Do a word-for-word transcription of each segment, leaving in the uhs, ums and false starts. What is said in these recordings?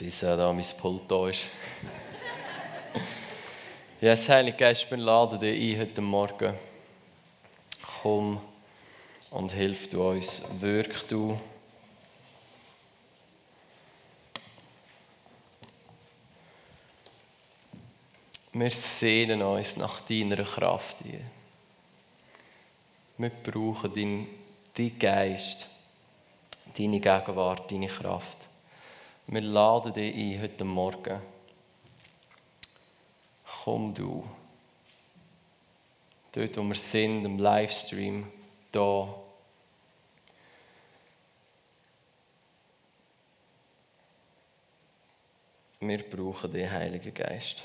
bis äh, da mein Pult da ist. Ja, das Heilige Geist, wir laden dich ein heute Morgen. Komm und hilf du uns, wirk du. Wir sehnen uns nach deiner Kraft hier. Wir brauchen deinen dein Geist, deine Gegenwart, deine Kraft. Wir laden dich ein heute Morgen. Komm du. Dort, wo wir sind, im Livestream, da. Wir brauchen den Heiligen Geist.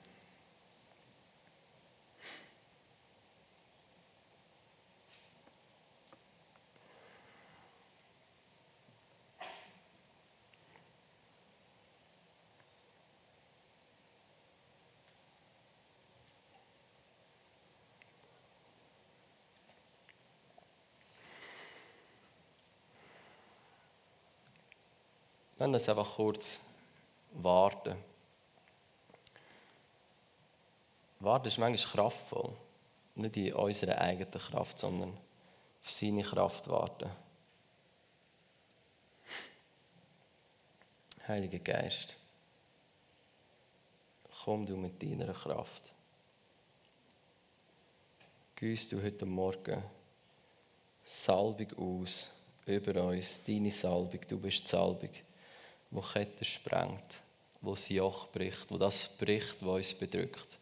Wir werden jetzt einfach kurz warten. Warten ist manchmal kraftvoll. Nicht in unserer eigenen Kraft, sondern auf seine Kraft warten. Heiliger Geist, komm du mit deiner Kraft. Gieß du heute Morgen Salbung aus über uns, deine Salbung. Du bist die Salbung, die Ketten sprengt, die das Joch bricht, die das bricht, was uns bedrückt.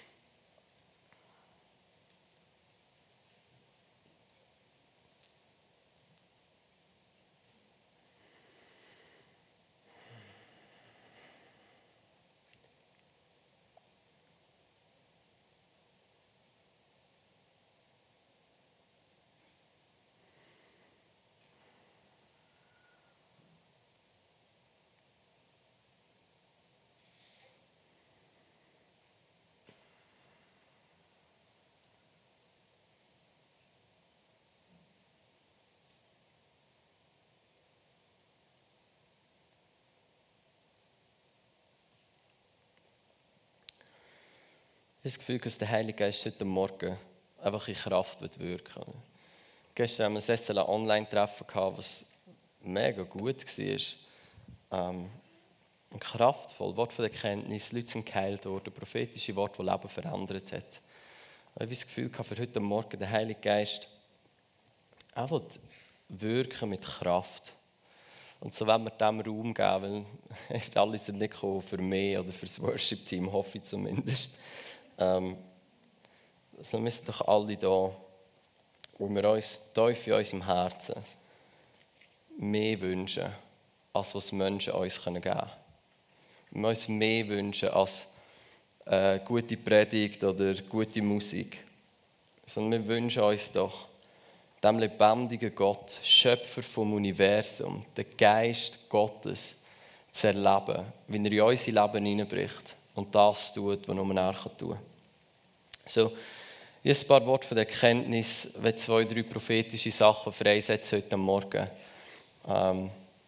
Ich habe das Gefühl, dass der Heilige Geist heute Morgen einfach in Kraft wirken will. Gestern haben wir ein S L A-Online-Treffen, das mega gut war. Ähm, kraftvoll, Wort von der Erkenntnis, Leute sind geheilt worden, prophetische Worte, die Leben verändert hat. Ich habe das Gefühl, für heute Morgen der Heilige Geist einfach wirken mit Kraft. Und so wollen wir dem Raum geben, weil alle sind nicht gekommen für mich oder für das Worship-Team, hoffe ich zumindest. Ähm, also wir sind doch alle da, wo wir uns tief in unserem Herzen mehr wünschen, als was Menschen uns geben können. Wir uns mehr wünschen als äh, gute Predigt oder gute Musik. Sondern wir wünschen uns doch dem lebendigen Gott, Schöpfer vom Universum, den Geist Gottes zu erleben, wie er in unser Leben hineinbricht und das tut, was nur er tun kann. So, ich habe ein paar Worte von der Erkenntnis, wenn zwei, drei prophetische Sachen freisetzen heute Morgen. Ähm,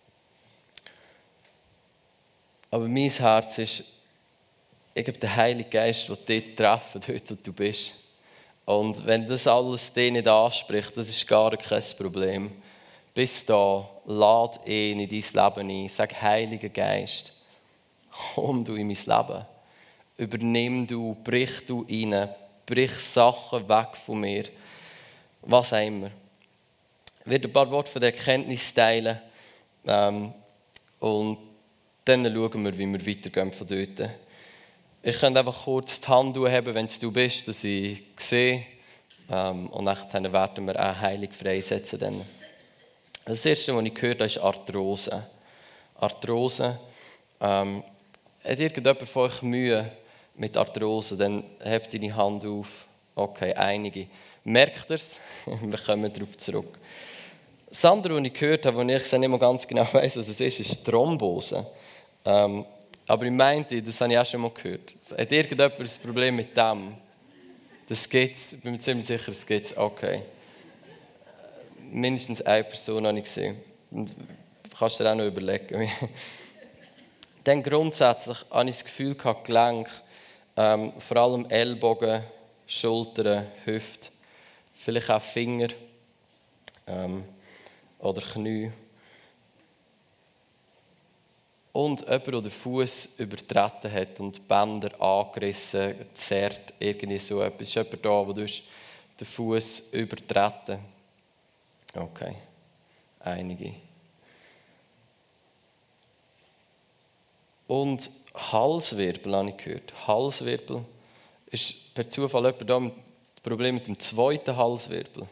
aber mein Herz ist, ich habe den Heiligen Geist, der dich treffen, dort, wo du bist. Und wenn das alles dich nicht anspricht, das ist gar kein Problem. Bis da, lad ihn in dein Leben ein. Sag, Heiliger Geist, komm du in mein Leben. Übernimm du, brich du rein, brich Sachen weg von mir. Was auch immer. Ich werde ein paar Worte von der Erkenntnis teilen. Ähm, und dann schauen wir, wie wir weitergehen von dort. Ich könnte einfach kurz die Hand haben, wenn es du bist, dass ich sehe. Ähm, und dann werden wir auch heilig freisetzen. Dann. Das Erste, was ich gehört habe, ist Arthrose. Arthrose. Ähm, hat irgendjemand von euch Mühe mit Arthrose? Dann hebt deine Hand auf. Okay, einige. Merkt ihr es? Wir kommen darauf zurück. Das andere, was ich gehört habe, wo ich nicht mehr ganz genau weiss, was es ist, ist Thrombose. Ähm, aber ich meinte, das habe ich auch schon mal gehört. Hat irgendjemand ein Problem mit dem? Das gibt's, ich bin mir ziemlich sicher, das gibt's. Okay. Mindestens eine Person habe ich gesehen. Und kannst du dir auch noch überlegen. Dann grundsätzlich habe ich das Gefühl, die Gelenke, ähm, vor allem Ellbogen, Schultern, Hüfte, vielleicht auch Finger ähm, oder Knie. Und jemand, der den Fuß übertreten hat und die Bänder angerissen, gezerrt, irgendwie so etwas. Ist jemand da, wo du den Fuß übertreten? Okay, einige. Und Halswirbel habe ich gehört. Halswirbel ist per Zufall jemand da mit dem Problem mit dem zweiten Halswirbel.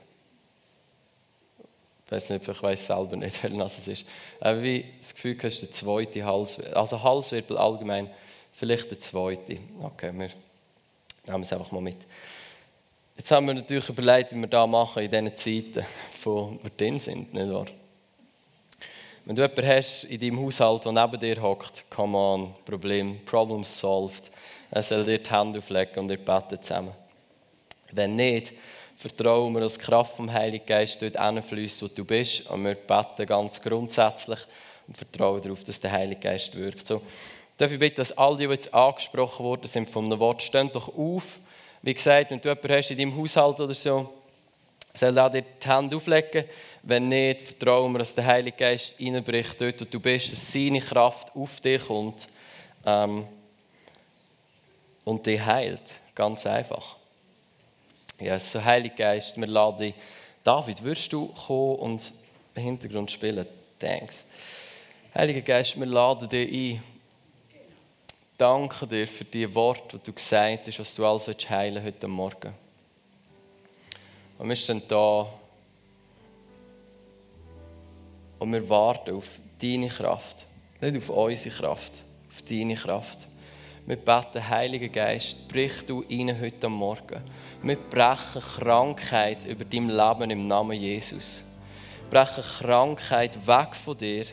Ich weiß nicht, ich weiß selber nicht, welches es ist. Aber wie das Gefühl hast, der zweite Halswirbel. Also Halswirbel allgemein, vielleicht der zweite. Okay, wir nehmen es einfach mal mit. Jetzt haben wir natürlich überlegt, wie wir das machen in diesen Zeiten, wo wir drin sind, nicht wahr? Wenn du jemanden hast in deinem Haushalt, der neben dir hockt, come on, Problem, Problem solved. Er soll dir die Hände auflegen und ihr beten zusammen. Wenn nicht, vertrauen wir, dass die Kraft vom Heiligen Geist dort hinfließt, wo du bist. Und wir beten ganz grundsätzlich und vertrauen darauf, dass der Heilige Geist wirkt. So, darf ich bitten, dass alle, die jetzt angesprochen worden sind von einem Wort, stehen doch auf. Wie gesagt, wenn du jemanden hast in deinem Haushalt oder so, soll er dir die Hände auflegen. Wenn nicht, vertrauen wir, dass der Heilige Geist reinbricht, dort wo du bist, dass seine Kraft auf dich kommt ähm, und dich heilt. Ganz einfach. Ja, so Heiliger Geist, wir laden dich. David, würdest du kommen und im Hintergrund spielen? Thanks. Heiliger Geist, wir laden dich ein. Danke dir für die Worte, die du gesagt hast, was du alles heilen willst heute Morgen. Und wir stehen da und wir warten auf deine Kraft. Nicht auf unsere Kraft, auf deine Kraft. Wir beten, Heiliger Geist, brich du rein heute Morgen. Wir brechen Krankheit über dein Leben im Namen Jesus. Wir brechen Krankheit weg von dir.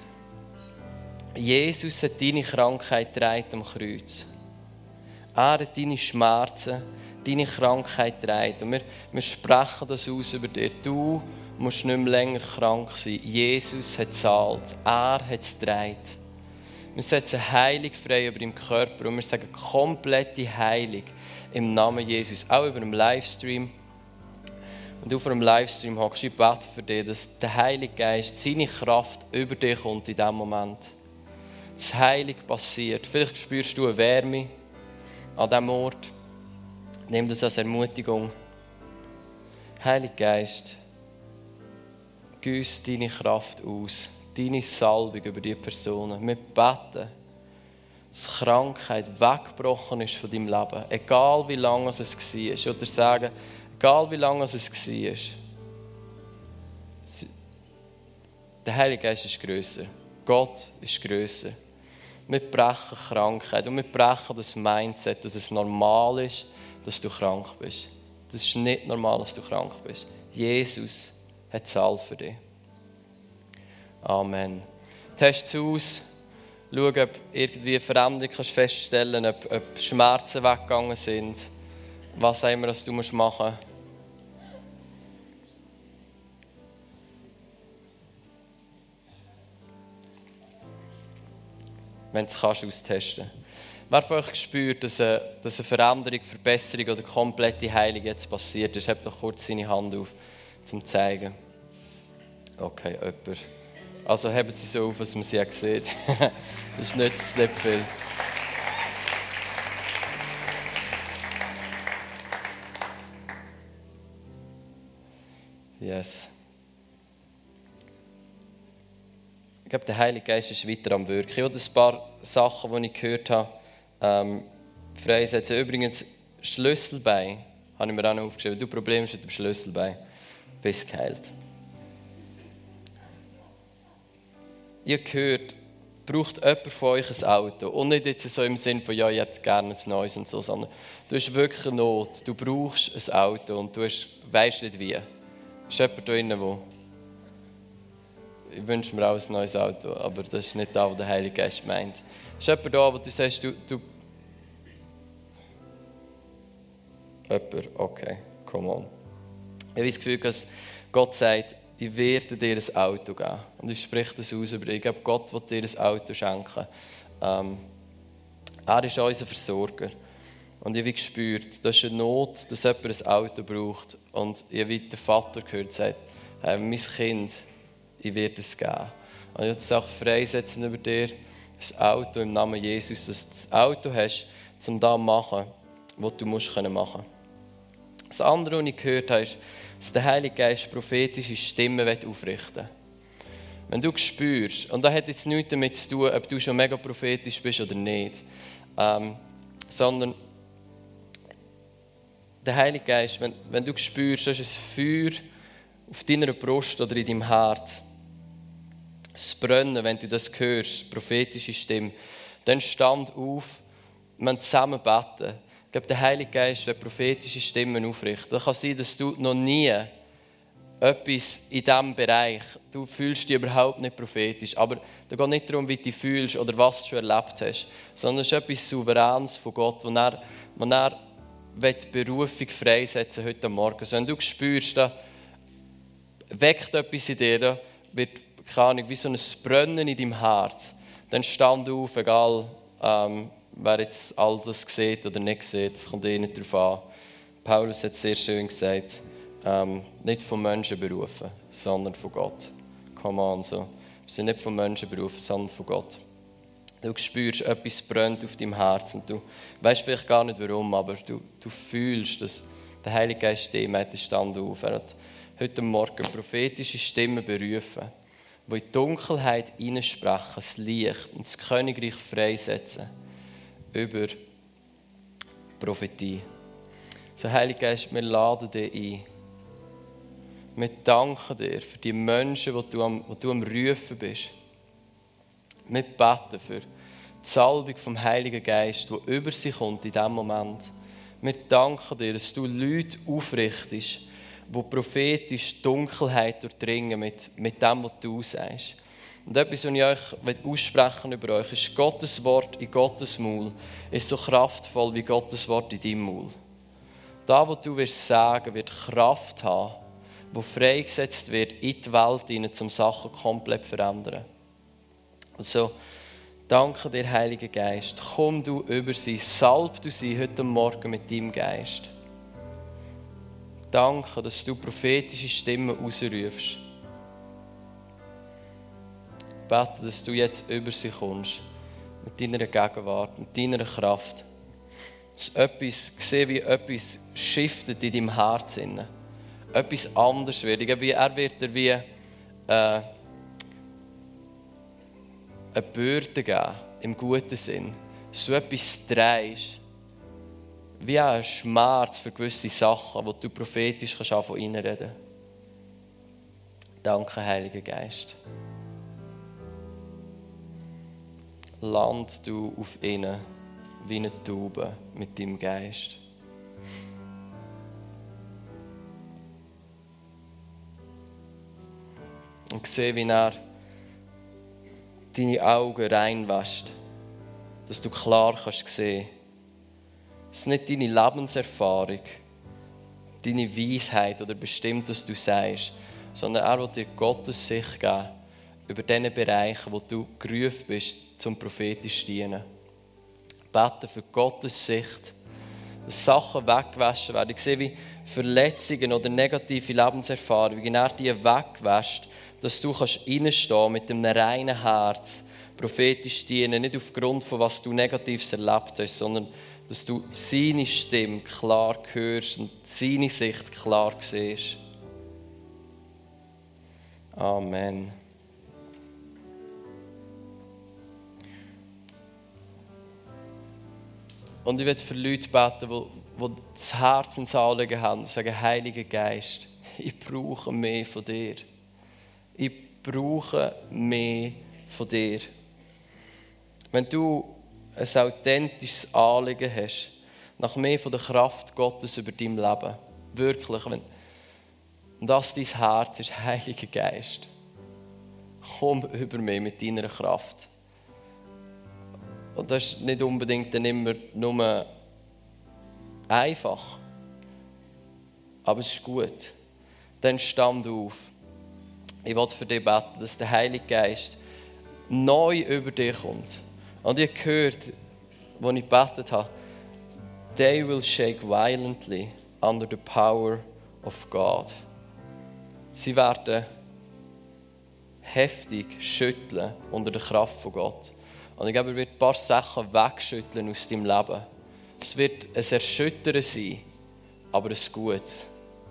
Jesus hat deine Krankheit getragen am Kreuz. Er hat deine Schmerzen, deine Krankheit getragen. Und wir, wir sprechen das aus über dir. Du musst nicht mehr länger krank sein. Jesus hat gezahlt. Er hat es getragen. Wir setzen Heilung frei über deinen Körper und wir sagen komplette Heilung im Namen Jesus. Auch über den Livestream. Und du vor dem Livestream hockst, ich bete für dich, dass der Heilige Geist, seine Kraft über dich kommt in diesem Moment. Dass Heilung passiert. Vielleicht spürst du eine Wärme an diesem Ort. Nimm das als Ermutigung. Heiliger Geist, gieß deine Kraft aus, deine Salbung über diese Personen. Wir beten, dass Krankheit weggebrochen ist von deinem Leben. Egal wie lange es war. Oder sagen, egal wie lange es war. Der Heilige Geist ist grösser. Gott ist grösser. Wir brechen Krankheit und wir brechen das Mindset, dass es normal ist, dass du krank bist. Das ist nicht normal, dass du krank bist. Jesus hat gezahlt für dich. Amen. Test es aus. Schau, ob irgendwie eine Veränderung kannst feststellen kannst, ob, ob Schmerzen weggegangen sind. Was auch immer, was du machen musst. Wenn du es kannst, austesten. Wer von euch spürt, dass eine, dass eine Veränderung, Verbesserung oder komplette Heilung jetzt passiert ist, hebt doch kurz seine Hand auf, zum zu zeigen. Okay, jemand. Also heben sie so auf, dass man sie auch sieht. Das nützt nicht viel. Yes. Ich glaube, der Heilige Geist ist weiter am Wirken. Ich habe ein paar Sachen, die ich gehört habe, ähm, freisetzen. Übrigens, Schlüsselbein habe ich mir auch noch aufgeschrieben. Du Problem hast mit dem Schlüsselbein. Bist geheilt. Ihr gehört, braucht jemand von euch ein Auto. Und nicht jetzt so im Sinn von, ja, ich hätte gerne ein neues und so, sondern du hast wirklich eine Not. Du brauchst ein Auto und du hast, weisst nicht wie. Ist jemand da drin, der... Ich wünsche mir auch ein neues Auto, aber das ist nicht das, was der Heilige Geist meint. Ist jemand da, wo du sagst, du... du jemand, okay, come on. Ich habe das Gefühl, dass Gott sagt, ich werde dir ein Auto geben. Und ich spreche das aus über dich. Ich glaube, Gott will dir ein Auto schenken. Ähm, er ist unser Versorger. Und ich habe gespürt, da ist eine Not, dass jemand ein Auto braucht. Und ich habe den Vater gehört, der sagt, hey, mein Kind, ich werde es geben. Und ich will es auch freisetzen über dir, das Auto im Namen Jesus, dass du das Auto hast, um das zu machen, was du musst machen musst. Das andere, was ich gehört habe, ist, dass der Heilige Geist prophetische Stimmen aufrichten will. Wenn du spürst, und das hat jetzt nichts damit zu tun, ob du schon mega prophetisch bist oder nicht, ähm, sondern der Heilige Geist, wenn, wenn du spürst, da ist ein Feuer auf deiner Brust oder in deinem Herz, das Brennen, wenn du das hörst, prophetische Stimme, dann stand auf, wir zusammen beten. Ich glaube, der Heilige Geist wird prophetische Stimmen aufrichten. Das kann sein, dass du noch nie etwas in diesem Bereich, du fühlst dich überhaupt nicht prophetisch, aber da geht nicht darum, wie du dich fühlst oder was du schon erlebt hast, sondern es ist etwas Souveränes von Gott, wo er, wo er die Berufung freisetzen heute Morgen. Also wenn du spürst, da weckt etwas in dir, da wird, keine Ahnung, wie so ein Brennen in deinem Herz, dann stand auf, egal ähm, wer jetzt all das sieht oder nicht sieht, es kommt eh nicht darauf an. Paulus hat es sehr schön gesagt, ähm, nicht von Menschen berufen, sondern von Gott. Come on, so. Wir sind nicht von Menschen berufen, sondern von Gott. Du spürst, etwas brennt auf deinem Herz und du weißt vielleicht gar nicht warum, aber du, du fühlst, dass der Heilige Geist dem hat, stand auf. Er hat heute Morgen prophetische Stimmen berufen, die in die Dunkelheit hineinsprechen, das Licht und das Königreich freisetzen über Prophetie. So, Heilige Geist, wir laden dich ein. Wir danken dir für die Menschen, die du am, die du am Rufen bist. Wir beten für die Salbung vom Heiligen Geist, die über sie kommt in diesem Moment. Wir danken dir, dass du Leute aufrichtest, die prophetisch Dunkelheit durchdringen mit, mit dem, was du sagst. Und etwas, was ich euch aussprechen über euch, ist Gottes Wort in Gottes Maul ist so kraftvoll wie Gottes Wort in deinem Maul. Da, was du wirst sagen, wird Kraft haben, wo freigesetzt wird in die Welt hinein, um Sachen komplett zu verändern. Also, danke dir, Heiliger Geist. Komm du über sie, salb du sie heute Morgen mit deinem Geist. Danke, dass du prophetische Stimmen ausrufst. Ich bete, dass du jetzt über sie kommst, mit deiner Gegenwart, mit deiner Kraft. Dass etwas, sehe, wie etwas shiftet in deinem Herzen. Etwas anders wird. Er wird dir wie äh, eine Bürde geben, im guten Sinn. Dass du etwas drehst. Wie ein Schmerz für gewisse Sachen, wo du prophetisch kannst anfangen reinreden. Danke, Heiliger Geist. Land du auf ihnen wie eine Taube mit deinem Geist. Und sehe, wie er deine Augen reinwäscht, dass du klar kannst sehen. Es ist nicht deine Lebenserfahrung, deine Weisheit oder bestimmt, was du sagst, sondern er will dir Gottes Sicht geben über diese Bereiche, wo du gerufen bist, zum prophetisch dienen. Beten für Gottes Sicht, dass Sachen weggewaschen werden. Ich sehe, wie Verletzungen oder negative Lebenserfahrungen, er die wegwäscht, dass du reinstehen kannst mit einem reinen Herz, prophetisch dienen, nicht aufgrund von was du Negatives erlebt hast, sondern dass du seine Stimme klar hörst und seine Sicht klar siehst. Amen. Und ich werde für Leute beten, die, die das Herzensanliegen haben und sagen, Heiliger Geist, ich brauche mehr von dir. Ich brauche mehr von dir. Wenn du ein authentisches Anliegen hast, nach mehr von der Kraft Gottes über dein Leben, wirklich, wenn das dein Herz ist, Heiliger Geist, komm über mich mit deiner Kraft. Und das ist nicht unbedingt dann immer nur einfach, aber es ist gut. Dann stand auf. Ich will für dich beten, dass der Heilige Geist neu über dich kommt. Und ich habe gehört, als ich gebetet habe, they will shake violently under the power of God. Sie werden heftig schütteln unter der Kraft von Gott. Und ich glaube, er wird ein paar Sachen wegschütteln aus deinem Leben. Es wird ein Erschüttern sein, aber ein Gutes.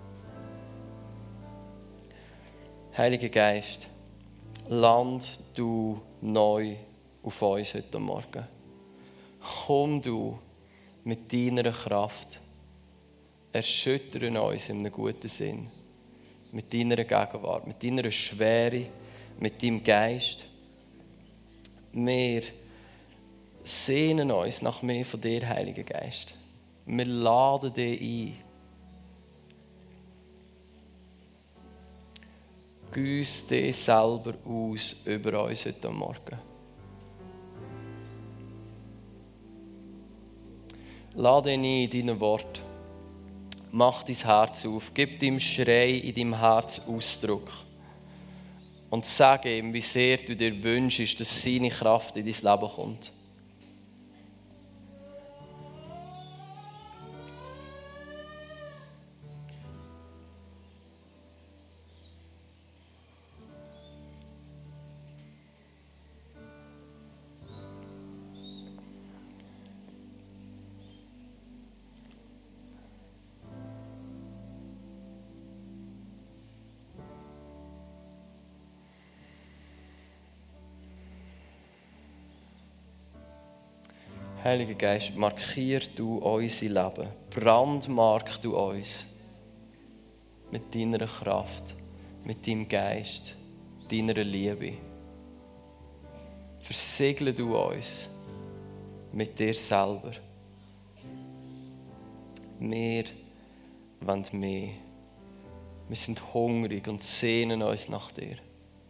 Heiliger Geist, land du neu auf uns heute Morgen. Komm du mit deiner Kraft. Erschüttere uns in einem guten Sinn. Mit deiner Gegenwart, mit deiner Schwere, mit deinem Geist. Wir sehnen uns nach mehr von dir, Heiliger Geist. Wir laden dich ein. Güss dich selber aus über uns heute Morgen. Lade ihn ein in deinen Wort. Mach dein Herz auf. Gib deinem Schrei in deinem Herz Ausdruck. Und sag ihm, wie sehr du dir wünschst, dass seine Kraft in dein Leben kommt. Heiliger Geist, markier du unser Leben. Brandmark du uns. Mit deiner Kraft, mit deinem Geist, deiner Liebe. Versiegle du uns mit dir selber. Wir wollen mehr. Wir sind hungrig und sehnen uns nach dir.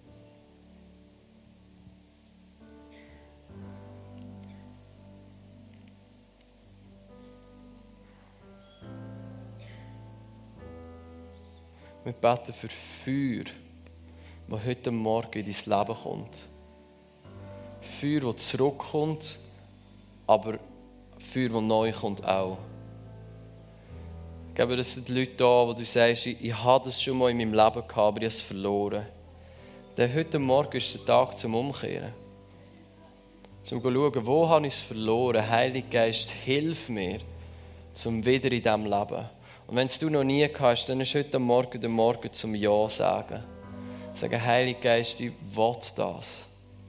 Wir beten für Feuer, das heute Morgen in dein Leben kommt. Feuer, das zurückkommt, aber Feuer, das neu kommt auch. Ich glaube, das sind Leute da, wo du sagst, ich, ich habe das schon mal in meinem Leben gehabt, aber ich habe es verloren. Denn heute Morgen ist der Tag zum Umkehren. Zum zu schauen, wo habe ich es verloren. Heiliger Geist, hilf mir, zum wieder in diesem Leben. Und wenn es du noch nie gehabt hast, dann ist heute Morgen der Morgen zum Ja sagen. Sagen, Heiliger Geist, ich will das.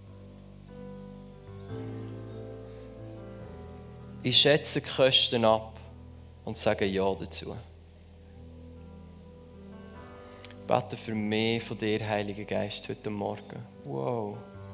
Ich schätze die Kosten ab und sage Ja dazu. Ich bete für mehr von dir, Heiliger Geist, heute Morgen. Wow.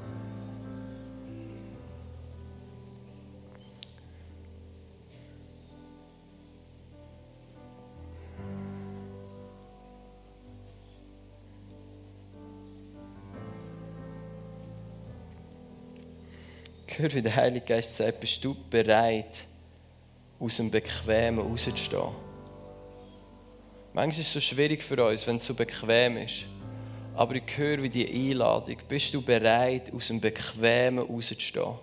Ich höre, wie der Heilige Geist sagt, bist du bereit, aus dem Bequemen rauszustehen? Manchmal ist es so schwierig für uns, wenn es so bequem ist. Aber ich höre, wie die Einladung, bist du bereit, aus dem Bequemen rauszustehen?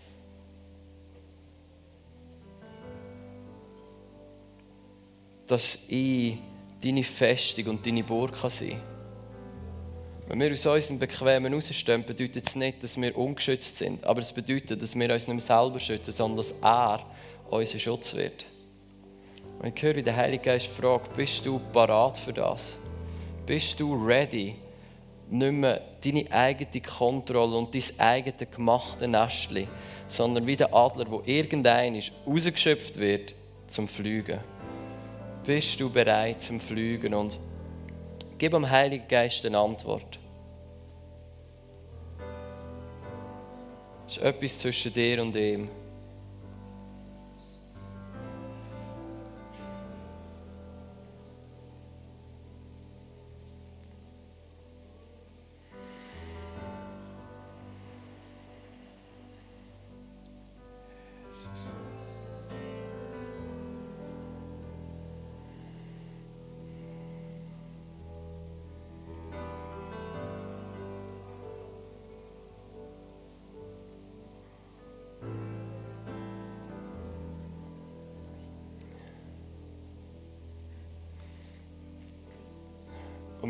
Dass ich deine Festung und deine Burg sein kann. Wenn wir aus unserem Bequemen rausstehen, bedeutet es nicht, dass wir ungeschützt sind. Aber es bedeutet, dass wir uns nicht mehr selber schützen, sondern dass er unser Schutz wird. Und ich höre, wie der Heilige Geist fragt, bist du parat für das? Bist du ready, nicht mehr deine eigene Kontrolle und dein eigene gemachte Nestchen, sondern wie der Adler, der irgendein ist, rausgeschöpft wird, zum Fliegen? Bist du bereit zum Fliegen? Und gib dem Heiligen Geist eine Antwort. Es ist etwas zwischen dir und ihm.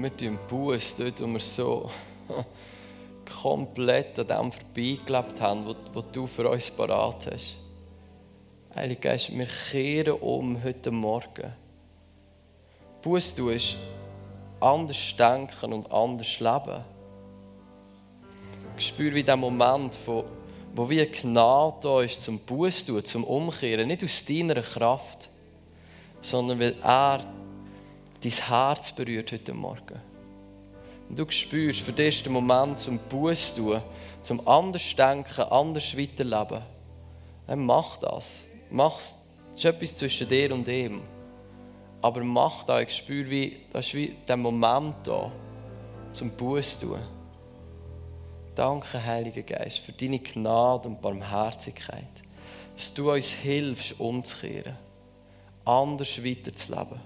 Und wir tun Buß dort, wo wir so komplett an dem vorbeigelebt haben, was du für uns parat hast. Heiliger Geist, wir kehren um heute Morgen. Buß tun ist anders denken und anders leben. Ich spüre wie der Moment, wo, wo wie eine Gnade da ist zum Buß tun, zum Umkehren. Nicht aus deiner Kraft, sondern weil er dein Herz berührt heute Morgen. Und du spürst, für dich ist der Moment zum Buß tun, zum anders denken, anders weiterleben. Dann mach das. Mach's. Das ist etwas zwischen dir und ihm. Aber mach das. Ich spüre, wie, das ist wie der Moment da, zum Buß tun. Danke, Heiliger Geist, für deine Gnade und Barmherzigkeit, dass du uns hilfst, umzukehren, anders weiterzuleben.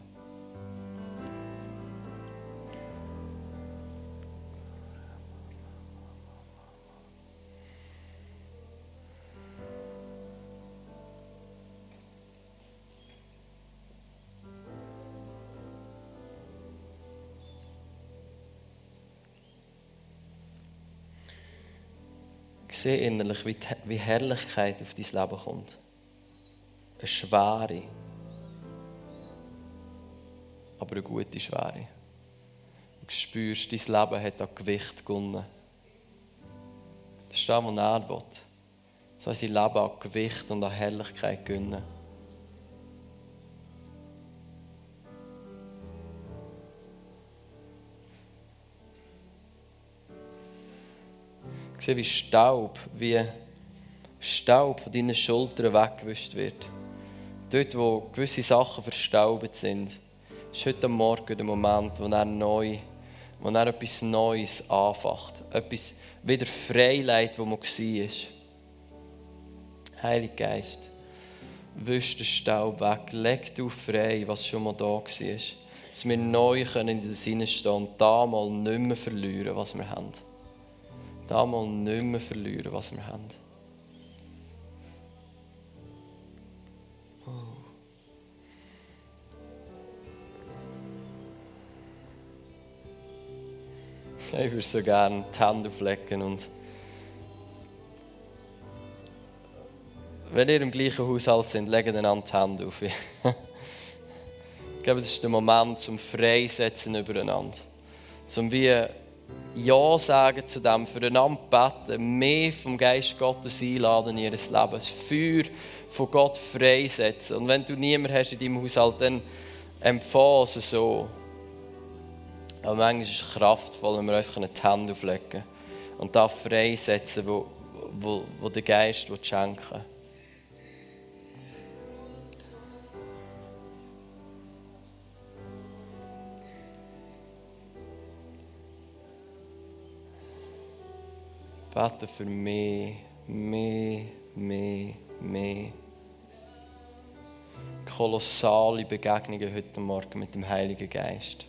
Ich sehe innerlich, wie, wie Herrlichkeit auf dein Leben kommt. Eine schwere, aber eine gute Schwere. Du spürst, dein Leben hat an Gewicht gewonnen. Das ist das, was er will. Soll sein Leben an Gewicht und an Herrlichkeit gewinnen. Ich sehe, wie Staub, wie Staub von deinen Schultern weggewischt wird. Dort, wo gewisse Sachen verstaubt sind, ist heute Morgen der Moment, wo er neu, wo er etwas Neues anfacht. Etwas wieder freileitet, wo man war. Heiliger Geist, wisch den Staub weg, leg du frei, was schon mal da war. Dass wir neu in den Sinne stehen und da mal nicht mehr verlieren, was wir haben. Da mal nicht mehr verlieren, was wir haben. Oh. Ich würde so gerne die Hände auflegen und wenn ihr im gleichen Haushalt seid, legt einander die Hände auf. Ich glaube, das ist der Moment zum Freisetzen übereinander. Zum wie Ja sagen zu dem, füreinander beten, mehr vom Geist Gottes einladen in ihr Leben, das Feuer von Gott freisetzen. Und wenn du niemanden hast in deinem Haushalt, dann empfehle es so. Aber manchmal ist es kraftvoll, wenn wir uns die Hände auflegen können und da freisetzen, wo, wo, wo der Geist schenken will. Bete für mehr, mehr, mehr, mehr. Kolossale Begegnungen heute Morgen mit dem Heiligen Geist.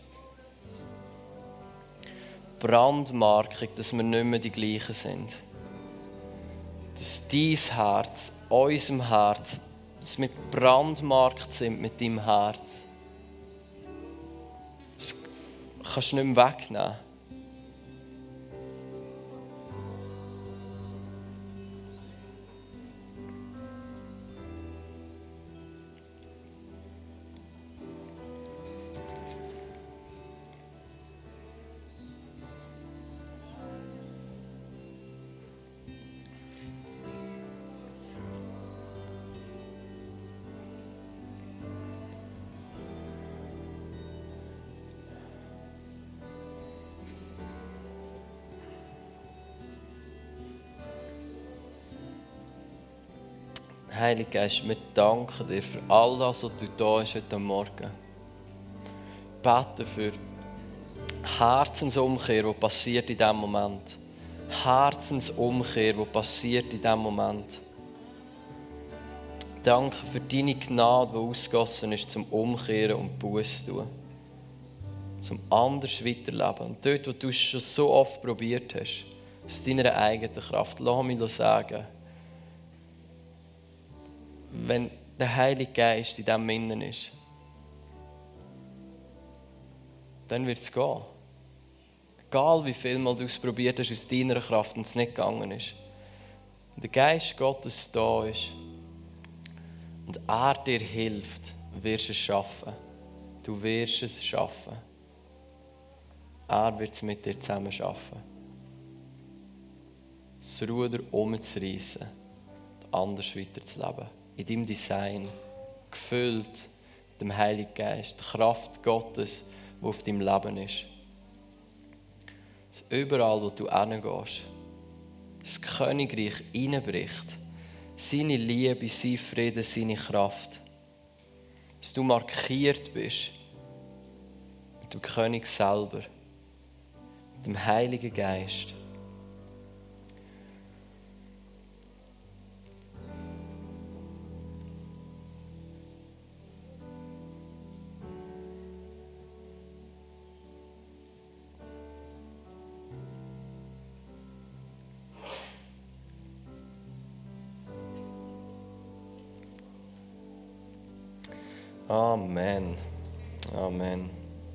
Brandmarkung, dass wir nicht mehr die gleichen sind. Dass dein Herz, unserem Herz, dass wir brandmarkt sind mit deinem Herz. Das kannst du nicht mehr wegnehmen. Heiliger Geist, wir danken dir für all das, was du da bist heute Morgen. Bete für Herzensumkehr, die passiert in diesem Moment. Herzensumkehr, die passiert in diesem Moment. Danke für deine Gnade, die ausgegossen ist, zum Umkehren und Buße zu tun. Zum anders weiterleben. Und dort, wo du es schon so oft probiert hast, aus deiner eigenen Kraft, lass mich sagen, wenn der Heilige Geist in diesem Innen ist, dann wird es gehen. Egal wie viel mal du es probiert hast aus deiner Kraft und es nicht gegangen ist. Wenn der Geist Gottes da ist und er dir hilft, wirst du es schaffen. Du wirst es schaffen. Er wird es mit dir zusammen schaffen. Das Ruder umzureissen, anders weiterzuleben. In deinem Design, gefüllt mit dem Heiligen Geist, die Kraft Gottes, die auf deinem Leben ist. Dass überall, wo du hingehst, das Königreich hineinbricht. Seine Liebe, sein Frieden, seine Kraft. Dass du markiert bist mit dem König selber, mit dem Heiligen Geist. Amen. Amen.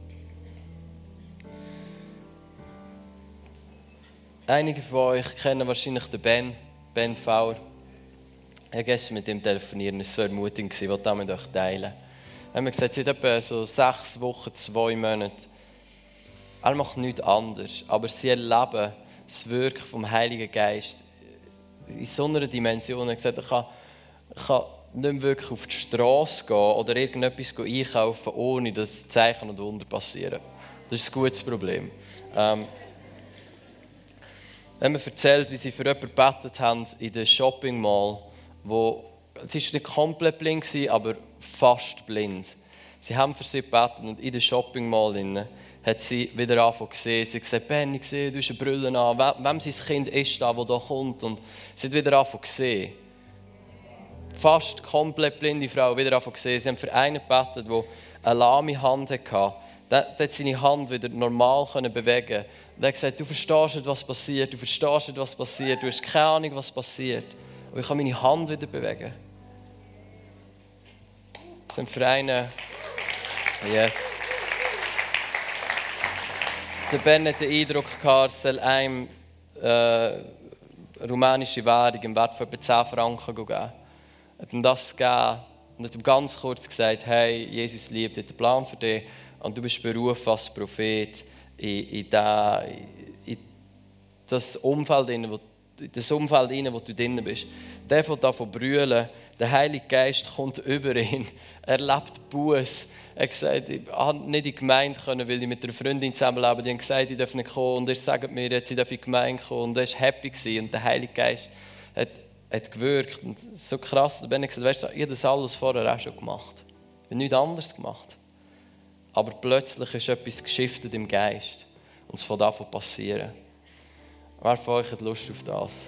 Einige von euch kennen wahrscheinlich den Ben, Ben Fauer. Ich habe gestern mit ihm telefoniert, es war so ermutigend, ich wollte das mit euch teilen. Er hat mir gesagt, seit etwa so sechs Wochen, zwei Monaten, er macht nichts anderes, aber sie erleben das Wirken vom Heiligen Geist in so einer Dimension. Er hat gesagt, ich kann, ich kann nicht mehr wirklich auf die Straße gehen oder irgendetwas einkaufen, ohne dass Zeichen und Wunder passieren. Das ist ein gutes Problem. Ähm, wenn man erzählt, wie sie für jemanden gebetet haben in der Shopping Mall, wo sie war nicht komplett blind, aber fast blind. Sie haben für sie gebetet und in der Shopping Mall hat sie wieder angefangen zu sehen. Sie hat gesagt, Ben, ich sehe, du hast eine Brille an. Wem sein Kind ist da, das da kommt? Und sie hat wieder angefangen zu sehen. Fast komplett blinde Frau wieder angefangen zu sehen. Sie haben für einen gebetet, der eine lahme Hand hatte. Der hat seine Hand wieder normal bewegen. Und er hat gesagt, du verstehst nicht, was passiert. Du verstehst nicht, was passiert. Du hast keine Ahnung, was passiert. Aber ich kann meine Hand wieder bewegen. Sie haben für einen... Yes. Der Ben hat den Eindruck gehabt, es soll einem äh, rumänische Währung im Wert von etwa zehn Franken geben. Er hat ihm das gegeben und hat ihm ganz kurz gesagt, hey, Jesus liebt, hat einen Plan für dich und du bist berufen als Prophet in, in, der, in das Umfeld, in wo, das Umfeld, in wo du drin bist. Der von davon brüllen, der Heilige Geist kommt über ihn, er lebt Buß. Er hat gesagt, ich konnte nicht in die Gemeinde können, weil ich mit einer Freundin zusammenlebe. Die haben gesagt, ich darf nicht kommen. Und er sagt mir jetzt, ich darf in die Gemeinde kommen. Und er war happy. Und der Heilige Geist hat, hat gewirkt. Und so krass. Da bin ich gesagt, weißt du, ich habe das alles vorher auch schon gemacht. Ich habe nichts anderes gemacht. Aber plötzlich ist etwas geschiftet im Geist. Und es fängt an zu passieren. Wer von euch hat Lust auf das?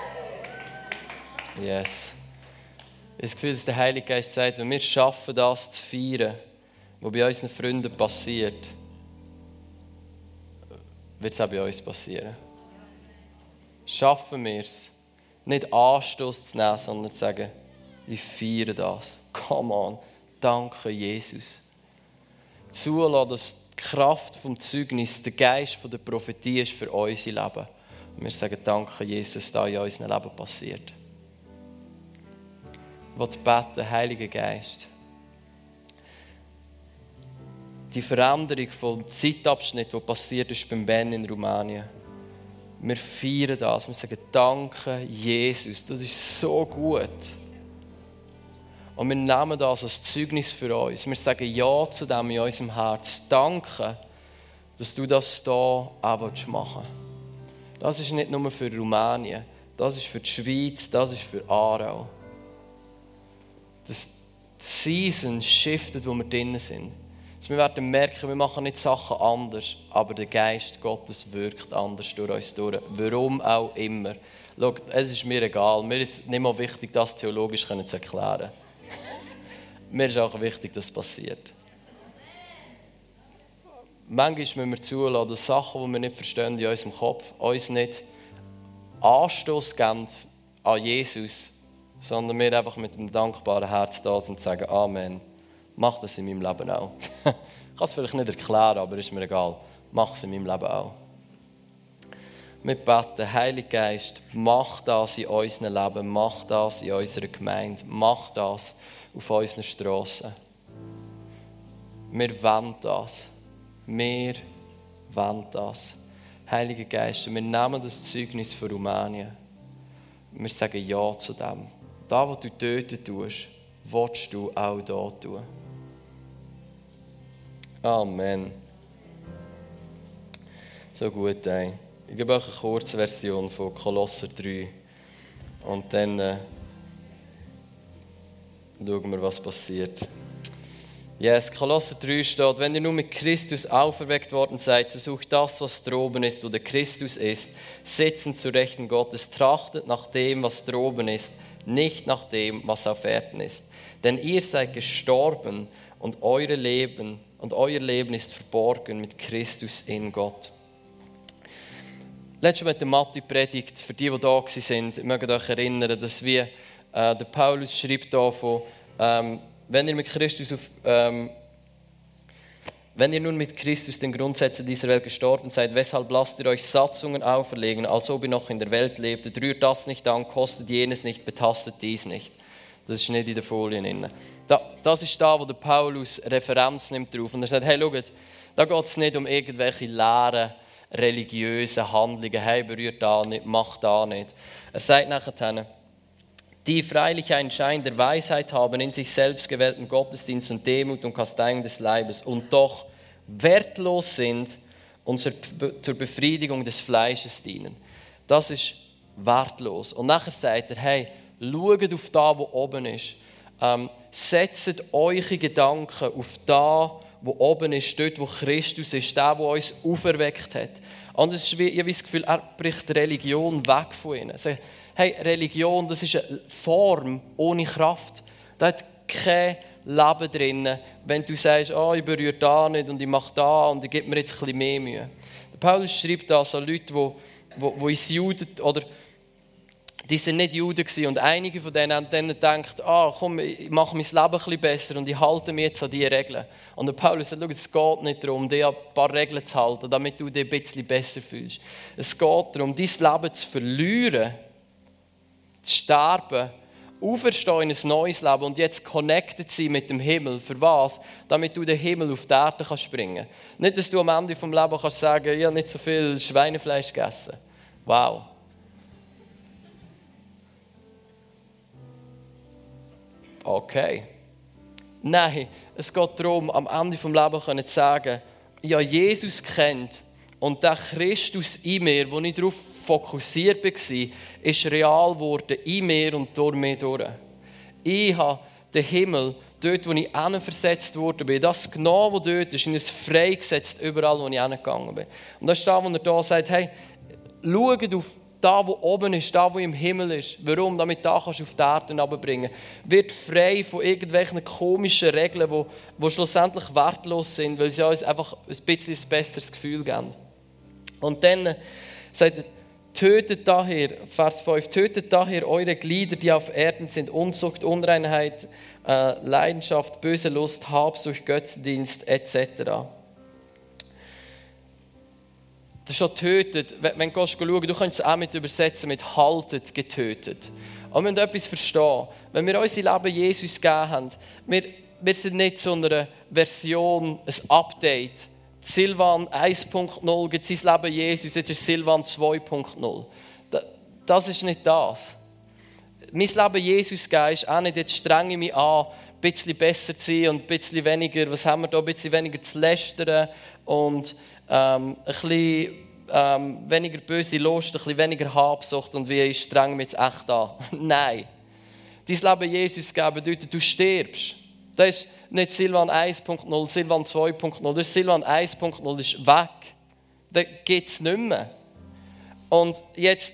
Yes. Ich habe das Gefühl, dass der Heilige Geist sagt, wenn wir schaffen, das zu feiern, was bei unseren Freunden passiert, wird es auch bei uns passieren. Schaffen wir es, nicht Anstoß zu nehmen, sondern zu sagen, ich feiere das. Come on, danke Jesus. Zulassen, dass die Kraft vom Zeugnis, der Geist der Prophetie ist für unser Leben. Und wir sagen, danke Jesus, da in unserem Leben passiert. Ich will beten, Heiliger Geist. Die Veränderung vom Zeitabschnitt, die passiert ist beim Ben in Rumänien. Wir feiern das. Wir sagen, danke Jesus, das ist so gut. Und wir nehmen das als Zeugnis für uns. Wir sagen Ja zu dem in unserem Herz. Danke, dass du das hier auch machen willst. Das ist nicht nur für Rumänien, das ist für die Schweiz, das ist für Aarau. Dass die Season shiftet, wo wir drin sind. Dass wir werden merken, wir machen nicht Sachen anders, aber der Geist Gottes wirkt anders durch uns durch. Warum auch immer. Schau, es ist mir egal. Mir ist nicht mal wichtig, das theologisch zu erklären. Mir ist auch wichtig, dass es passiert. Manchmal müssen wir zulassen, dass Sachen, die wir nicht verstehen in unserem Kopf, uns nicht Anstoß geben an Jesus, sondern wir einfach mit einem dankbaren Herz da sind und sagen, Amen. Mach das in meinem Leben auch. Ich kann es vielleicht nicht erklären, aber ist mir egal. Mach es in meinem Leben auch. Wir beten, Heiliger Geist, mach das in unserem Leben, mach das in unserer Gemeinde, mach das auf unseren Strassen. Wir wollen das. Wir wollen das. Heiliger Geist, wir nehmen das Zeugnis von Rumänien. Wir sagen Ja zu dem. Da, was du töten tust, willst du auch da tun. Amen. So gut, ey. Ich gebe euch eine kurze Version von Kolosser drei. Und dann äh, schauen wir, was passiert. Yes, Kolosser drei steht, wenn ihr nun mit Christus auferweckt worden seid, so sucht das, was droben ist, wo der Christus ist, sitzend zu Rechten Gottes, trachtet nach dem, was droben ist, nicht nach dem, was auf Erden ist. Denn ihr seid gestorben und eure Leben, und euer Leben ist verborgen mit Christus in Gott. Letztes Mal hat der Matti predigt, für die, die da waren, ihr mögt euch erinnern, dass wir, äh, der Paulus schreibt hier von, ähm, wenn ihr mit Christus auf, ähm, wenn ihr nun mit Christus den Grundsätzen dieser Welt gestorben seid, weshalb lasst ihr euch Satzungen auferlegen, als ob ihr noch in der Welt lebtet? Rührt das nicht an, kostet jenes nicht, betastet dies nicht. Das ist nicht in den Folien drin. Da, das ist da, wo der Paulus Referenz nimmt drauf. Und er sagt, hey, schaut, da geht es nicht um irgendwelche leeren, religiösen Handlungen. Hey, berührt da nicht, macht da nicht. Er sagt nachher, die freilich einen Schein der Weisheit haben, in sich selbst gewählten Gottesdienst und Demut und Kasteiung des Leibes und doch wertlos sind und zur Befriedigung des Fleisches dienen. Das ist wertlos. Und nachher sagt er, hey, schaut auf das, was oben ist. Ähm, setzt eure Gedanken auf das, was oben ist, dort, wo Christus ist, der, der uns auferweckt hat. Und es ist wie, ich habe das Gefühl, er bricht Religion weg von ihnen. Also, hey, Religion, das ist eine Form ohne Kraft. Da hat kein Leben drin, wenn du sagst, oh, ich berühre da nicht und ich mache da und ich gebe mir jetzt ein bisschen mehr Mühe. Der Paulus schreibt da so Leute, die, die, die ins Juden, oder die sind nicht Juden gewesen, und einige von denen haben dann gedacht, ah, komm, ich mache mein Leben ein bisschen besser und ich halte mich jetzt an diese Regeln. Und der Paulus sagt, es geht nicht darum, dir ein paar Regeln zu halten, damit du dich ein bisschen besser fühlst. Es geht darum, dein Leben zu verlieren, zu sterben, auferstehen in ein neues Leben und jetzt connected sein mit dem Himmel. Für was? Damit du den Himmel auf die Erde kannst springen. Nicht, dass du am Ende des Lebens kannst sagen, ich habe nicht so viel Schweinefleisch gegessen. Wow. Okay. Nein, es geht darum, am Ende des Lebens zu sagen, ich habe Jesus kennt und der Christus in mir, wo ich darauf fokussiert war, ist real geworden in mir und durch mich durch. Ich habe den Himmel, dort wo ich hinversetzt worden bin, das genau, was dort ist, in es freigesetzt, überall, wo ich hingegangen bin. Und das ist da, wo er da sagt, hey, schaut auf da, wo oben ist, da, wo im Himmel ist. Warum? Damit da kannst du auf die Erde hinunterbringen. Wird frei von irgendwelchen komischen Regeln, die, die schlussendlich wertlos sind, weil sie uns einfach ein bisschen ein besseres Gefühl geben. Und dann sagt er, tötet daher, Vers fünf, tötet daher eure Glieder, die auf Erden sind, Unzucht, Unreinheit, äh, Leidenschaft, böse Lust, Habsucht, Götzendienst et cetera. Das ist schon tötet. Wenn du schaust, du kannst es auch mit übersetzen mit haltet, getötet. Aber wir müssen etwas verstehen. Wenn wir unser Leben Jesus gegeben haben, wir, wir sind nicht so einer Version, ein Update. Silvan eins Punkt null gibt sein Leben Jesus, jetzt ist Silvan zwei Punkt null. Das ist nicht das. Mein Leben Jesus geben ist auch nicht, jetzt strenge ich mich an, ein bisschen besser zu sein und ein bisschen weniger, was haben wir da, ein bisschen weniger zu lästern und ähm, ein bisschen ähm, weniger böse Lust, ein bisschen weniger Habsucht und wie ich strenge mich jetzt echt an. Nein. Dein Leben Jesus geben bedeutet, du stirbst. Das ist nicht Silvan eins Punkt null, Silvan zwei Punkt null. Das ist Silvan eins Punkt null, das ist weg. Da gibt es nicht mehr. Und jetzt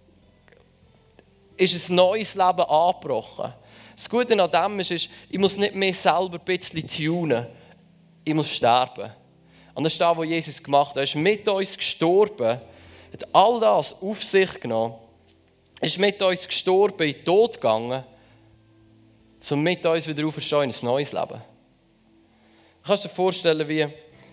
ist ein neues Leben angebrochen. Das Gute an dem ist, ist, ich muss nicht mehr selber ein bisschen tunen. Ich muss sterben. Und das ist das, was Jesus gemacht hat. Er ist mit uns gestorben, hat all das auf sich genommen, ist mit uns gestorben, in den Tod gegangen, um mit uns wieder aufzustehen in ein neues Leben. Du kannst dir vorstellen, wie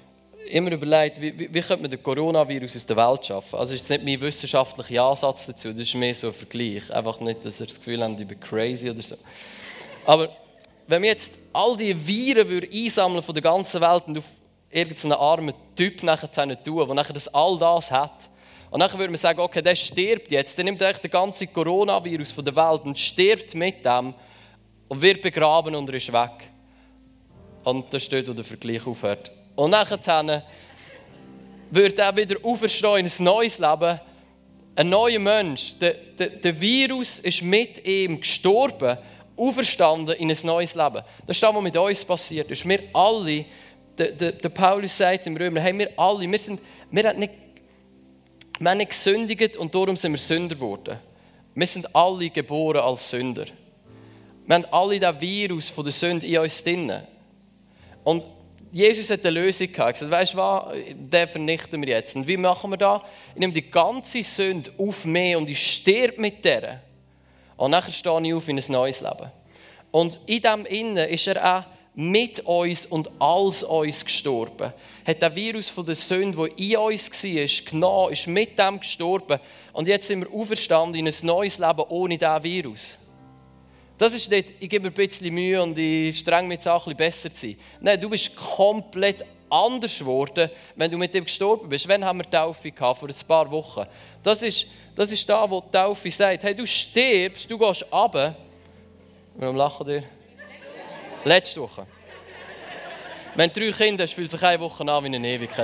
immer überlegt, wie, wie, wie könnte man den Coronavirus aus der Welt schaffen. Also das ist jetzt nicht mein wissenschaftlicher Ansatz dazu, das ist mehr so ein Vergleich. Einfach nicht, dass ihr das Gefühl habt, ich bin crazy oder so. Aber wenn wir jetzt all diese Viren einsammeln von der ganzen Welt und auf irgendeinen armen Typ nachher tun, der nachher das all das hat, und dann würde man sagen, okay, der stirbt jetzt, der nimmt eigentlich den ganzen Coronavirus von der Welt und stirbt mit dem und wird begraben und er ist weg. Und das steht, wo der Vergleich aufhört. Und nachher wird er wieder auferstehen in ein neues Leben, ein neuer Mensch. Der, der, der Virus ist mit ihm gestorben, auferstanden in ein neues Leben. Das ist das, was mit uns passiert ist. Wir alle, der, der, der Paulus sagt im Römer, hey, wir alle, wir, sind, wir haben nicht Wir haben nicht gesündigt und darum sind wir Sünder geworden. Wir sind alle geboren als Sünder. Wir haben alle das Virus von der Sünde in uns drin. Und Jesus hat eine Lösung gehabt. Er hat gesagt, weißt du was, den vernichten wir jetzt. Und wie machen wir das? Ich nehme die ganze Sünde auf mich und ich sterbe mit der. Und dann stehe ich auf in ein neues Leben. Und in dem Innen ist er auch mit uns und als uns gestorben. Hat der Virus von der Sünde, der in uns war, genommen, ist mit dem gestorben. Und jetzt sind wir auferstanden in ein neues Leben ohne diesen Virus. Das ist nicht, ich gebe mir ein bisschen Mühe und ich strenge mich jetzt auch ein bisschen besser zu sein. Nein, du bist komplett anders geworden, wenn du mit dem gestorben bist. Wann haben wir die Taufe gehabt? Vor ein paar Wochen. Das ist, das ist da, wo die Taufe sagt, hey, du stirbst, du gehst runter. Warum lachen ihr? Letzte Woche. Wenn du drei Kinder hast, fühlt sich eine Woche an wie eine Ewigkeit.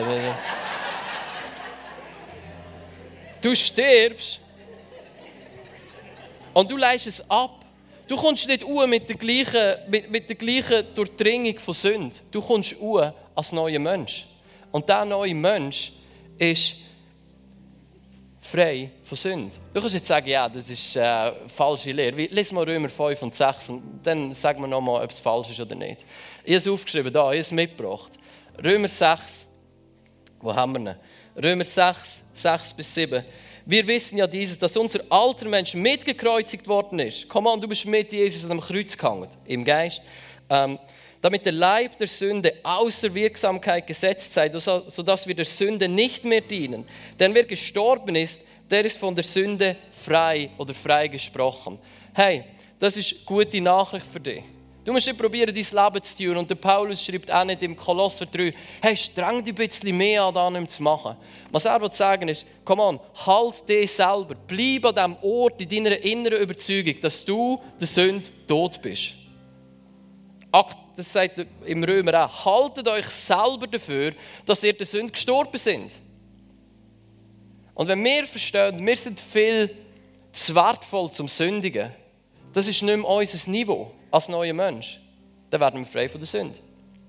Du stirbst und du leist es ab. Du kommst nicht uhr mit der gleichen, mit, mit der gleichen Durchdringung von Sünde. Du kommst uhr als neuer Mensch. Und dieser neue Mensch ist frei von Sünde. Du kannst jetzt sagen, ja, das ist äh, falsche Lehre. Lies mal Römer fünf und sechs und dann sagen wir nochmal, ob es falsch ist oder nicht. Ich habe es aufgeschrieben, da, ich habe es mitgebracht. Römer sechs, wo haben wir ihn? Römer sechs, sechs bis sieben. Wir wissen ja dieses, dass unser alter Mensch mitgekreuzigt worden ist. Komm an, du bist mit Jesus an dem Kreuz gehangen, im Geist. Ähm, damit der Leib der Sünde außer Wirksamkeit gesetzt sei, sodass wir der Sünde nicht mehr dienen. Denn wer gestorben ist, der ist von der Sünde frei oder frei gesprochen. Hey, das ist eine gute Nachricht für dich. Du musst nicht probieren, dein Leben zu tun. Und der Paulus schreibt auch nicht im Kolosser drei, hey, streng dich ein bisschen mehr an, das zu machen. Was er sagen will, ist, komm an, halt dich selber. Bleib an dem Ort in deiner inneren Überzeugung, dass du der Sünde tot bist. Das sagt im Römer auch, haltet euch selber dafür, dass ihr der Sünde gestorben sind. Und wenn wir verstehen, wir sind viel zu wertvoll zum Sündigen, das ist nicht mehr unser Niveau als neuer Mensch, dann werden wir frei von der Sünde.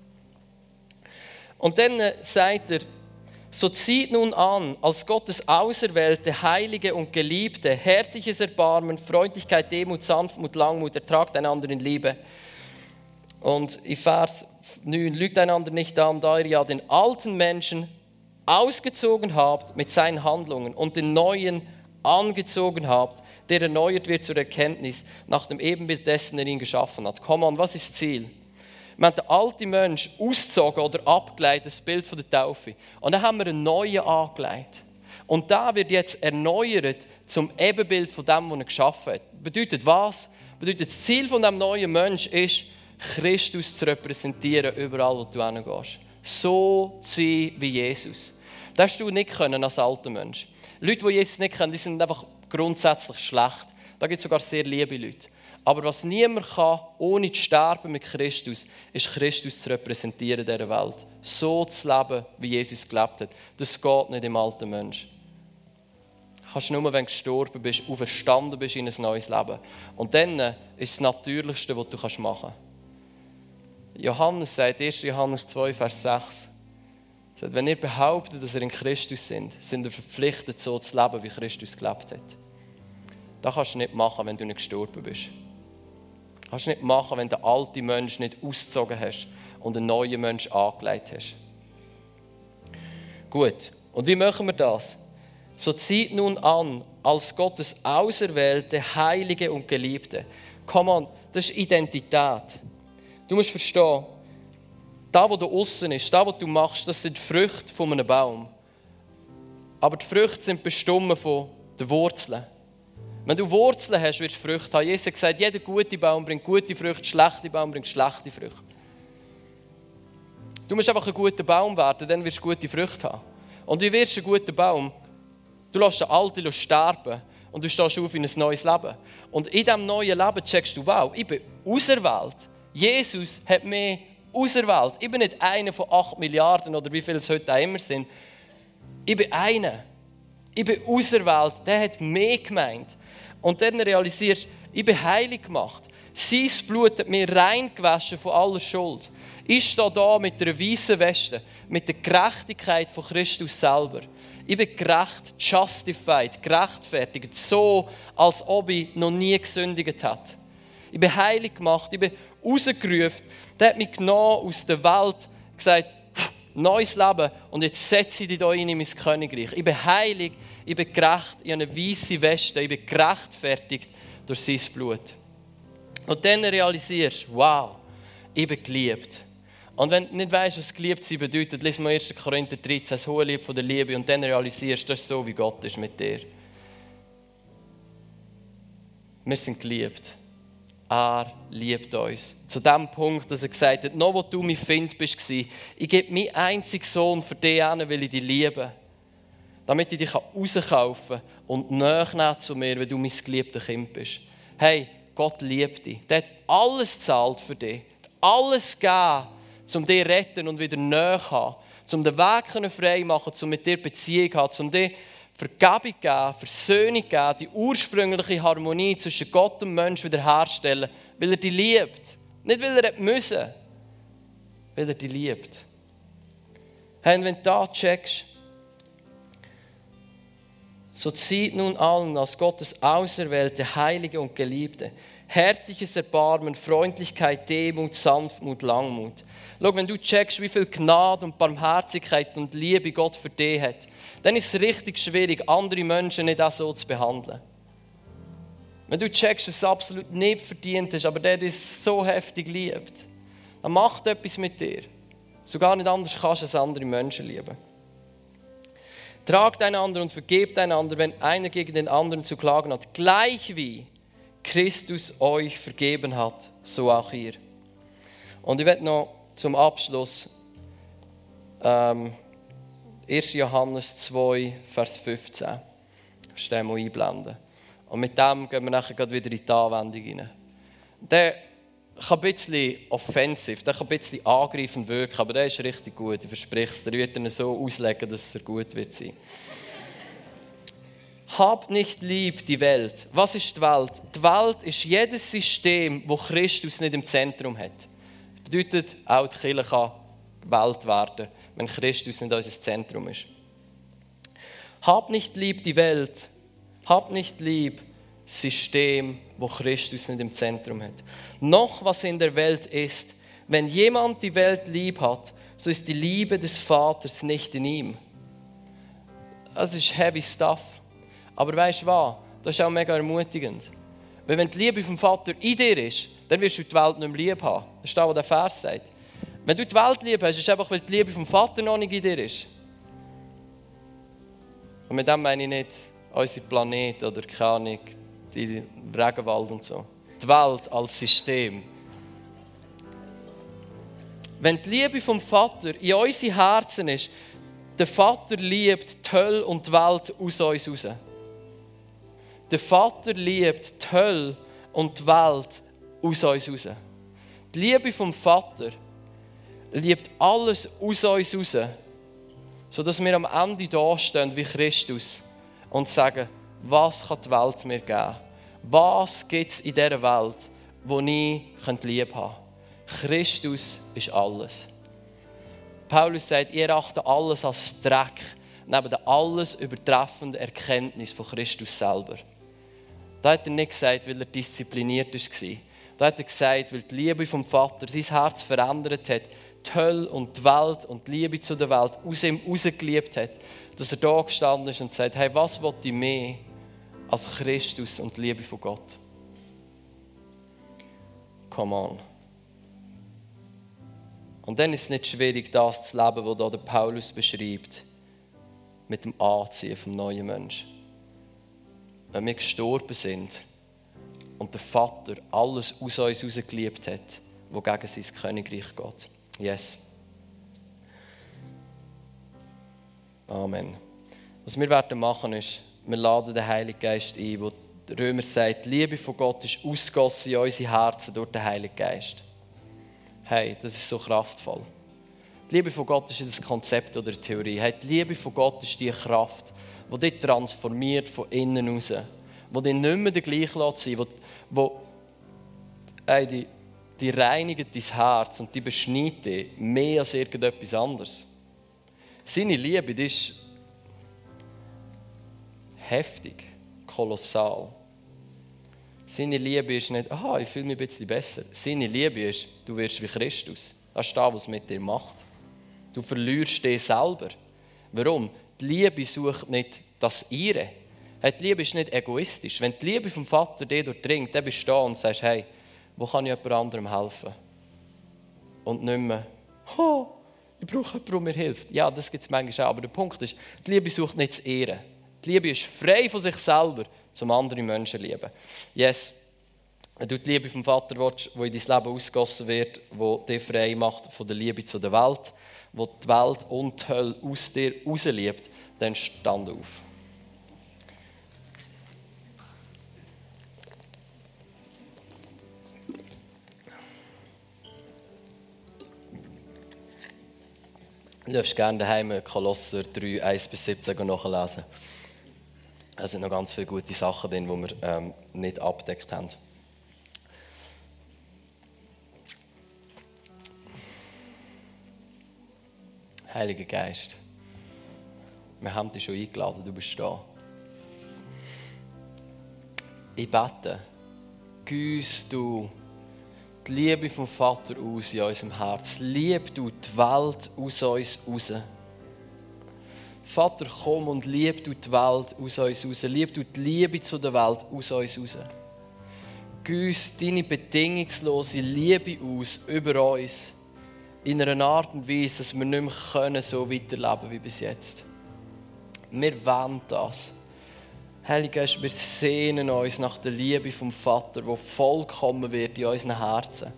Und dann sagt er, so zieht nun an, als Gottes Auserwählte, Heilige und Geliebte, herzliches Erbarmen, Freundlichkeit, Demut, Sanftmut, Langmut, ertragt einander in Liebe. Und in Vers neun, lügt einander nicht an, da ihr ja den alten Menschen ausgezogen habt mit seinen Handlungen und den neuen angezogen habt, der erneuert wird zur Erkenntnis nach dem Ebenbild dessen, der ihn geschaffen hat. Komm an, was ist das Ziel? Wir haben den alten Mensch ausgezogen oder abgeleitet, das Bild von der Taufe. Und dann haben wir einen neuen angelegt. Und der wird jetzt erneuert zum Ebenbild von dem, was er geschaffen hat. Bedeutet was? Bedeutet, das Ziel von dem neuen Mensch ist, Christus zu repräsentieren, überall, wo du hingehst. So zu sein wie Jesus. Das hast du nicht können als alter Mensch. Leute, die Jesus nicht kennen, die sind einfach grundsätzlich schlecht. Da gibt es sogar sehr liebe Leute. Aber was niemand kann, ohne zu sterben mit Christus, ist Christus zu repräsentieren in dieser Welt. So zu leben, wie Jesus gelebt hat. Das geht nicht im alten Mensch. Du kannst nur, wenn du gestorben bist, auferstanden bist in ein neues Leben. Und dann ist das Natürlichste, was du machen kannst. Johannes sagt, erster Johannes zwei, Vers sechs, sagt, wenn ihr behauptet, dass ihr in Christus sind, sind ihr verpflichtet, so zu leben, wie Christus gelebt hat. Das kannst du nicht machen, wenn du nicht gestorben bist. Das kannst du nicht machen, wenn du den alten Mensch nicht ausgezogen hast und einen neuen Mensch angelegt hast. Gut, und wie machen wir das? So zieht nun an, als Gottes Auserwählte, Heilige und Geliebte. Komm an, das ist Identität. Du musst verstehen, Das, was da außen ist, das, was du machst, das sind die Früchte von einem Baum. Aber die Früchte sind bestimmt von den Wurzeln. Wenn du Wurzeln hast, wirst du Früchte haben. Jesus hat gesagt, jeder gute Baum bringt gute Früchte, schlechte Baum bringt schlechte Früchte. Du musst einfach ein guter Baum werden, dann wirst du gute Früchte haben. Und wie wirst du ein guter Baum? Du lässt den Alten sterben und du stehst auf in ein neues Leben. Und in diesem neuen Leben checkst du, wow, ich bin auserwählt. Jesus hat mich auserwählt. Ich bin nicht einer von acht Milliarden oder wie viele es heute auch immer sind. Ich bin einer. Ich bin auserwählt. Der hat mich gemeint. Und dann realisierst du, ich bin heilig gemacht. Sein Blut hat mich rein gewaschen von aller Schuld. Ich stehe da mit einer weißen Weste, mit der Gerechtigkeit von Christus selber. Ich bin gerecht, justified, gerechtfertigt, so, als ob ich noch nie gesündigt hätte. Ich bin heilig gemacht, ich bin rausgerufen. Der hat mich genommen aus der Welt, gesagt, neues Leben und jetzt setze ich dich hier in mein Königreich. Ich bin heilig, ich bin gerecht, ich habe eine weisse Weste, ich bin gerechtfertigt durch sein Blut. Und dann realisierst du, wow, ich bin geliebt. Und wenn du nicht weißt, was geliebt sein bedeutet, lies mal erster Korinther dreizehn, das hohe Lied von der Liebe, und dann realisierst du, das ist so, wie Gott ist mit dir. Wir sind geliebt. Er liebt uns. Zu dem Punkt, dass er gesagt hat, noch wo du mein Find bist, ich gebe meinen einzigen Sohn für dich hin, weil ich dich liebe. Damit ich dich rauskaufen kann und nachnehmen zu mir, wenn du mein geliebter Kind bist. Hey, Gott liebt dich. Der hat alles gezahlt für dich. Alles gegeben, um dich zu retten und wieder näher zu haben. Um den Weg frei zu machen, um mit dir Beziehung zu haben, um dir Vergebung zu geben, Versöhnung zu geben, die ursprüngliche Harmonie zwischen Gott und Mensch wiederherzustellen, weil er dich liebt. Nicht, weil er müssen, weil er dich liebt. Hey, und wenn du das checkst, so zieht nun allen als Gottes Auserwählte, Heilige und Geliebte, herzliches Erbarmen, Freundlichkeit, Demut, Sanftmut, Langmut. Schau, wenn du checkst, wie viel Gnade und Barmherzigkeit und Liebe Gott für dich hat, dann ist es richtig schwierig, andere Menschen nicht auch so zu behandeln. Wenn du checkst, dass es absolut nicht verdient ist, aber der dich so heftig liebt, dann macht etwas mit dir. Sogar nicht anders kannst du als andere Menschen lieben. Tragt einander und vergebt einander, wenn einer gegen den anderen zu klagen hat. Gleich wie Christus euch vergeben hat, so auch ihr. Und ich werde noch zum Abschluss ähm, erster Johannes zwei, Vers fünfzehn. Das mal einblenden. Und mit dem gehen wir nachher wieder in die Anwendung rein. Der kann ein bisschen offensiv, der kann ein bisschen angreifend wirken, aber der ist richtig gut, ich verspreche es. Der wird ihn so auslegen, dass es gut wird sein. Habt nicht lieb die Welt. Was ist die Welt? Die Welt ist jedes System, wo Christus nicht im Zentrum hat. Das bedeutet, auch die Kirche kann Welt werden, wenn Christus nicht unser Zentrum ist. Habt nicht lieb die Welt. Habt nicht lieb das System, wo Christus nicht im Zentrum hat. Noch was in der Welt ist, wenn jemand die Welt lieb hat, so ist die Liebe des Vaters nicht in ihm. Das ist heavy stuff. Aber weißt du was? Das ist auch mega ermutigend. Weil wenn die Liebe vom Vater in dir ist, dann wirst du die Welt nicht mehr lieb haben. Das ist das, was der Vers sagt. Wenn du die Welt lieb hast, ist es einfach, weil die Liebe vom Vater noch nicht in dir ist. Und mit dem meine ich nicht unsere Planet oder keine Ahnung, die Regenwald und so. Die Welt als System. Wenn die Liebe vom Vater in unsere Herzen ist, der Vater liebt die Hölle und die Welt aus uns raus. Der Vater liebt die Hölle und die Welt aus uns raus. Die Liebe vom Vater liebt alles aus uns raus, sodass wir am Ende dastehen wie Christus und sagen, was kann die Welt mir geben? Was gibt es in dieser Welt, wo ich lieb haben kann? Christus ist alles. Paulus sagt, ihr achtet alles als Dreck, neben der alles übertreffenden Erkenntnis von Christus selber. Da hat er nicht gesagt, weil er diszipliniert war. Da hat er gesagt, weil die Liebe vom Vater sein Herz verändert hat, die Hölle und die Welt und die Liebe zu der Welt aus ihm rausgeliebt hat, dass er da gestanden ist und sagt, hey, was will ich mehr als Christus und die Liebe von Gott? Come on. Und dann ist es nicht schwierig, das zu leben, was hier der Paulus beschreibt, mit dem Anziehen vom neuen Menschen. Wenn wir gestorben sind und der Vater alles aus uns herausgeliebt hat, was gegen sein Königreich geht. Yes. Amen. Was wir werden machen ist, wir laden den Heiligen Geist ein, wo der Römer sagt, die Liebe von Gott ist ausgegossen in unsere Herzen durch den Heiligen Geist. Hey, das ist so kraftvoll. Die Liebe von Gott ist nicht ein Konzept oder eine Theorie. Hey, die Liebe von Gott ist die Kraft, die dich transformiert von innen raus. Die dich nicht mehr gleich lässt sein, wo, wo hey, die, die reinigt dein Herz und die beschneidet dich mehr als irgendetwas anderes. Seine Liebe, die ist heftig, kolossal. Seine Liebe ist nicht, aha, ich fühle mich ein bisschen besser. Seine Liebe ist, du wirst wie Christus. Das ist das, was es mit dir macht. Du verlierst dich selber. Warum? Die Liebe sucht nicht das Ihre. Die Liebe ist nicht egoistisch. Wenn die Liebe vom Vater dich durchdringt, dann bist du da und sagst, hey, wo kann ich jemand anderem helfen? Und nicht mehr, oh, ich brauche jemanden, der mir hilft. Ja, das gibt es manchmal auch. Aber der Punkt ist, die Liebe sucht nicht das Ehre. Die Liebe ist frei von sich selber, zum anderen Menschen zu lieben. Yes. Wenn du die Liebe vom Vater willst, die in dein Leben ausgegossen wird, die dich frei macht von der Liebe zu der Welt, die die Welt und die Hölle aus dir rausliebt, dann stand auf. Du darfst gerne daheim Kolosser drei, eins bis siebzehn nachlesen. Es sind noch ganz viele gute Sachen drin, die wir ähm, nicht abgedeckt haben. Heiliger Geist, wir haben dich schon eingeladen, du bist da. Ich bete, gieß du die Liebe vom Vater aus in unserem Herz. Lieb du die Welt aus uns raus. Vater, komm und lieb du die Welt aus uns raus. Lieb du die Liebe zu der Welt aus uns raus. Gieß deine bedingungslose Liebe aus über uns. In einer Art und Weise, dass wir nicht mehr können, so weiterleben wie bis jetzt. Wir wollen das. Heiliger Geist, wir sehnen uns nach der Liebe vom Vater, die vollkommen wird in unseren Herzen.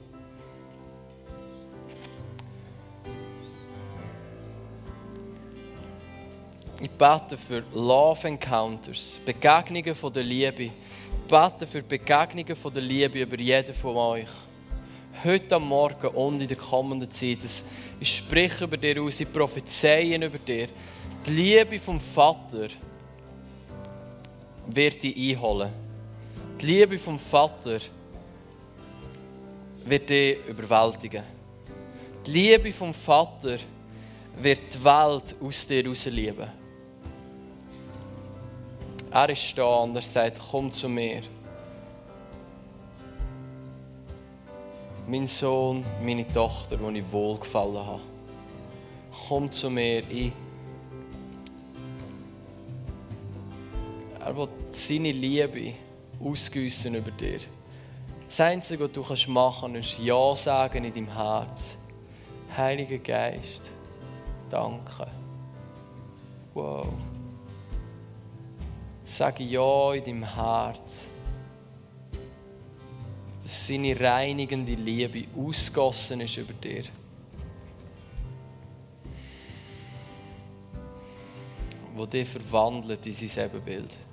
Ich bete für Love Encounters, Begegnungen von der Liebe. Ich bete für Begegnungen von der Liebe über jeden von euch. Heute am Morgen und in der kommenden Zeit. Ich spreche über dir aus, ich prophezeie über dir. Die Liebe vom Vater wird dich einholen. Die Liebe vom Vater wird dich überwältigen. Die Liebe vom Vater wird die Welt aus dir heraus lieben. Er ist da und er sagt, komm zu mir. Mein Sohn, meine Tochter, die ich wohlgefallen habe. Komm zu mir. Ich Er will seine Liebe ausgießen über dir. Das Einzige, was du machen kannst, ist Ja sagen in deinem Herz. Heiliger Geist, danke. Wow. Sag Ja in deinem Herz, dass seine reinigende Liebe ausgossen ist über dir. Wo dich verwandelt in sein Ebenbild.